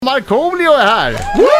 Markoolio är här!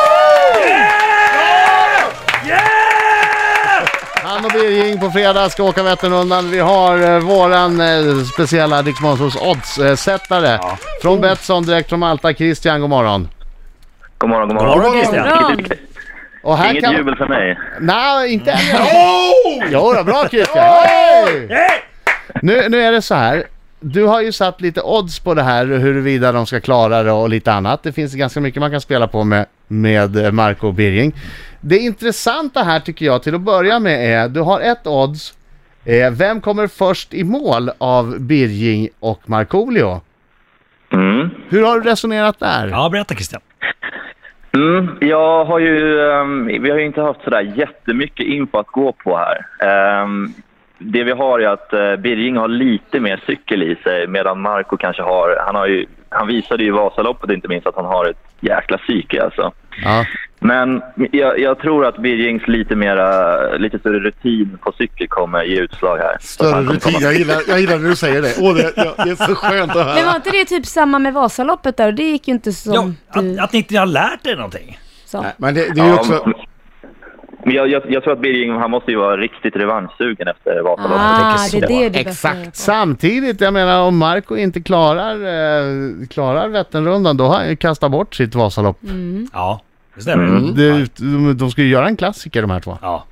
Han och Birging på fredag ska åka Vätternrundan. Vi har våran speciella Rix Morgonzoos odds-sättare från Betsson direkt från Malta. Christian, god morgon. God morgon, god morgon. God morgon, Christian. Och här Inget jubel för mig. Nej, inte än. Jo, då, bra Christian. Hey! Nu är det så här. Du har ju satt lite odds på det här, huruvida de ska klara det och lite annat. Det finns ganska mycket man kan spela på med Marco och Birging. Det intressanta här tycker jag till att börja med är, du har ett odds. Vem kommer först i mål av Birging och Markoolio? Hur har du resonerat där? Ja, berätta Christian. Jag har ju, vi har ju inte haft sådär jättemycket info att gå på här. Det vi har är att Birging har lite mer cykel i sig, medan Marco kanske han visade ju i Vasaloppet inte minst att han har ett jäkla psyke alltså. Ja. Men jag tror att Birgings lite större rutin på cykel kommer ge utslag här. Större rutin, jag gillar när du säger det. Det är så skönt att höra. Men var inte det typ samma med Vasaloppet där? Och det gick ju inte som... Att ni inte har lärt er någonting. Så. Nej, men det är ju också... Men jag tror att Birging, han måste ju vara riktigt revanschsugen efter Vasaloppet. Det är det exakt. Samtidigt, jag menar, om Marco inte klarar Vätternrundan, då har han ju kastat bort sitt Vasalopp. Ja, det stämmer. De ska ju göra en klassiker, de här två. Ja.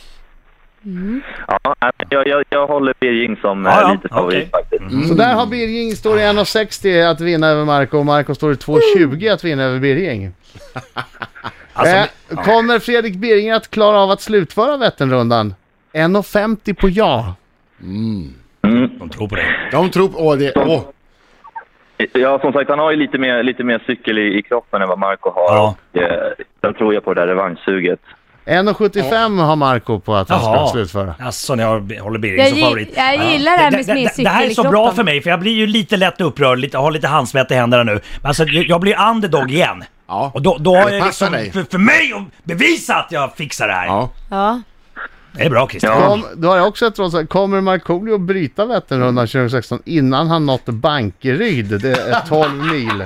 Ja, jag håller Birging som lite favorit faktiskt. Så där har Birging, står i 1,60 att vinna över Marco, och Marco står i 2,20 att vinna över Birging. Kommer Fredrik Birging att klara av att slutföra Vätternrundan? 1,50 på ja. De tror på det. De tror på det. Ja, som sagt, han har ju lite mer cykel i kroppen än vad Marco har. Ja. Sen tror jag på det där revanschsuget. 1,75 har Marco på att han ska slutföra. Alltså, ni håller Birging som favorit. Jag gillar det här med cykel. Det här är så bra för mig, för jag blir ju lite lätt upprörd, har lite handsvett i händerna nu. Men alltså, jag blir underdog igen. Ja. Och då har jag liksom för mig att bevisa att jag fixar det här. Ja. Det är bra, Christian. Du har också ett råd. Kommer Markoolio att bryta Vätternrundan 2016 innan han nått Bankeryd? Det är 12 mil.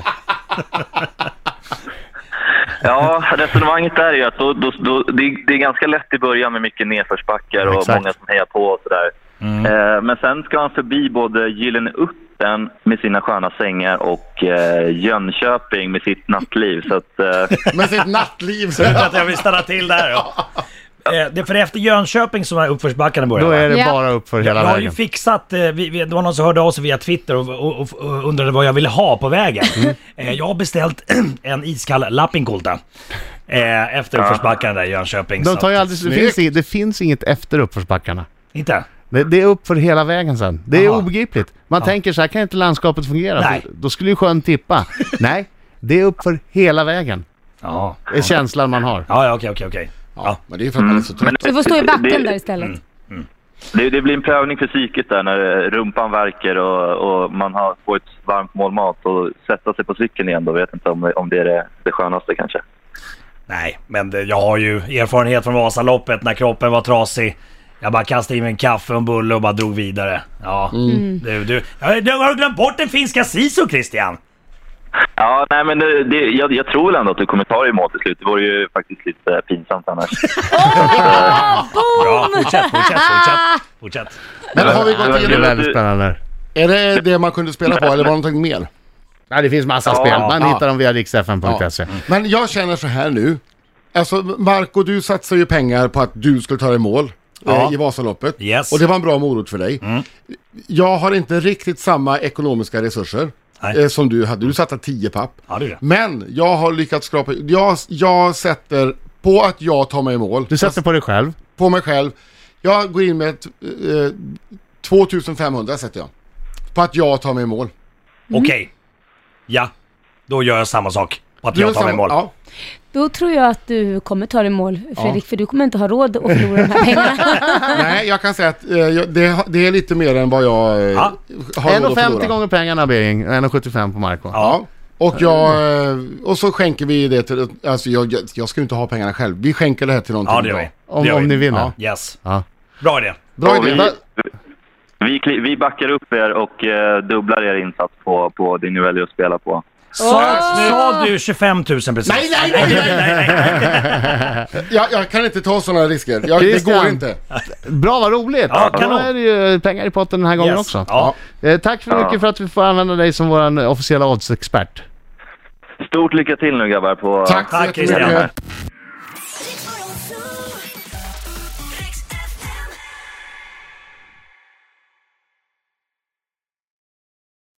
Ja, resonemanget där är ju att det är ganska lätt i början med mycket nedförsbackar och många som hejar på och sådär. Men sen ska han förbi både Gyllene Uppen med sina sköna sängar och Jönköping med sitt nattliv. Så att, med sitt nattliv! Så att jag vill stanna till där. Det är för efter Jönköping som är uppförsbackarna börjar. Då är det bara uppför hela vägen. Jag har ju fixat, det var någon som hörde av sig via Twitter och undrade vad jag ville ha på vägen. Jag har beställt en iskall Lappinkulta efter uppförsbackarna där i Jönköping. De tar ju aldrig, det finns inget efter uppförsbackarna. Inte? Det är upp för hela vägen sen. Det är obegripligt. Man tänker så här kan inte landskapet fungera. Nej. Då skulle ju sjön tippa. Nej, det är upp för hela vägen. Ja. Det är känslan man har. Ja, okej. Ja, men det är för att man är så trött. Du får stå i backen där istället. Det blir en prövning för psyket där när rumpan verkar och man har fått ett varmt mål mat och sätta sig på cykeln igen. Då vet inte om det är det skönaste kanske. Nej, men jag har ju erfarenhet från Vasaloppet när kroppen var trasig. Jag bara kastade i mig en kaffe och en bulle och bara drog vidare. Ja, du har glömt bort den finska Sisu, Christian. Ja, nej men jag tror väl ändå att du kommer ta dig i mål till slut. Det vore ju faktiskt lite pinsamt annars. Bra, fortsätt. Men har vi gått Det är igenom? väldigt spännande. Är det man kunde spela på eller var det någonting mer? Nej, det finns massa spel. Man hittar dem via riksfn.se. Men jag känner så här nu. Alltså Marco, du satsar ju pengar på att du skulle ta dig i mål i Vasaloppet. Yes. Och det var en bra morot för dig. Jag har inte riktigt samma ekonomiska resurser som du hade. Du satte 10 papp. Ja, det är det. Men jag har lyckats skrapa. Jag sätter på att jag tar mig i mål. Du sätter på dig själv. På mig själv. Jag går in med 2500 sätter jag. På att jag tar mig i mål. Okej. Ja, då gör jag samma sak. På att jag tar mig i mål. Ja. Då tror jag att du kommer ta dig i mål, Fredrik, för du kommer inte ha råd att förlora de här pengarna. Nej, jag kan säga att det är lite mer än vad jag har råd att 1,50 förlora. gånger pengarna, Birging. 1,75 på Marco. Ja. Och så skänker vi det till, alltså jag ska ju inte ha pengarna själv. Vi skänker det här till någonting. Ja, det gör vi. Om ni vinner. Yes. Ja. Bra idé. Bra idé. Vi backar upp er och dubblar er insats på det ni väljer att spela på. Sa du 25 000 precis? Nej. Jag kan inte ta sådana risker. Det går inte. Bra, vad roligt. Ja, då är det ju pengar i potten den här gången också. Ja. Tack för mycket för att vi får använda dig som vår officiella oddsexpert. Stort lycka till nu grabbar på... Tack så Tack, jättemycket. Christian.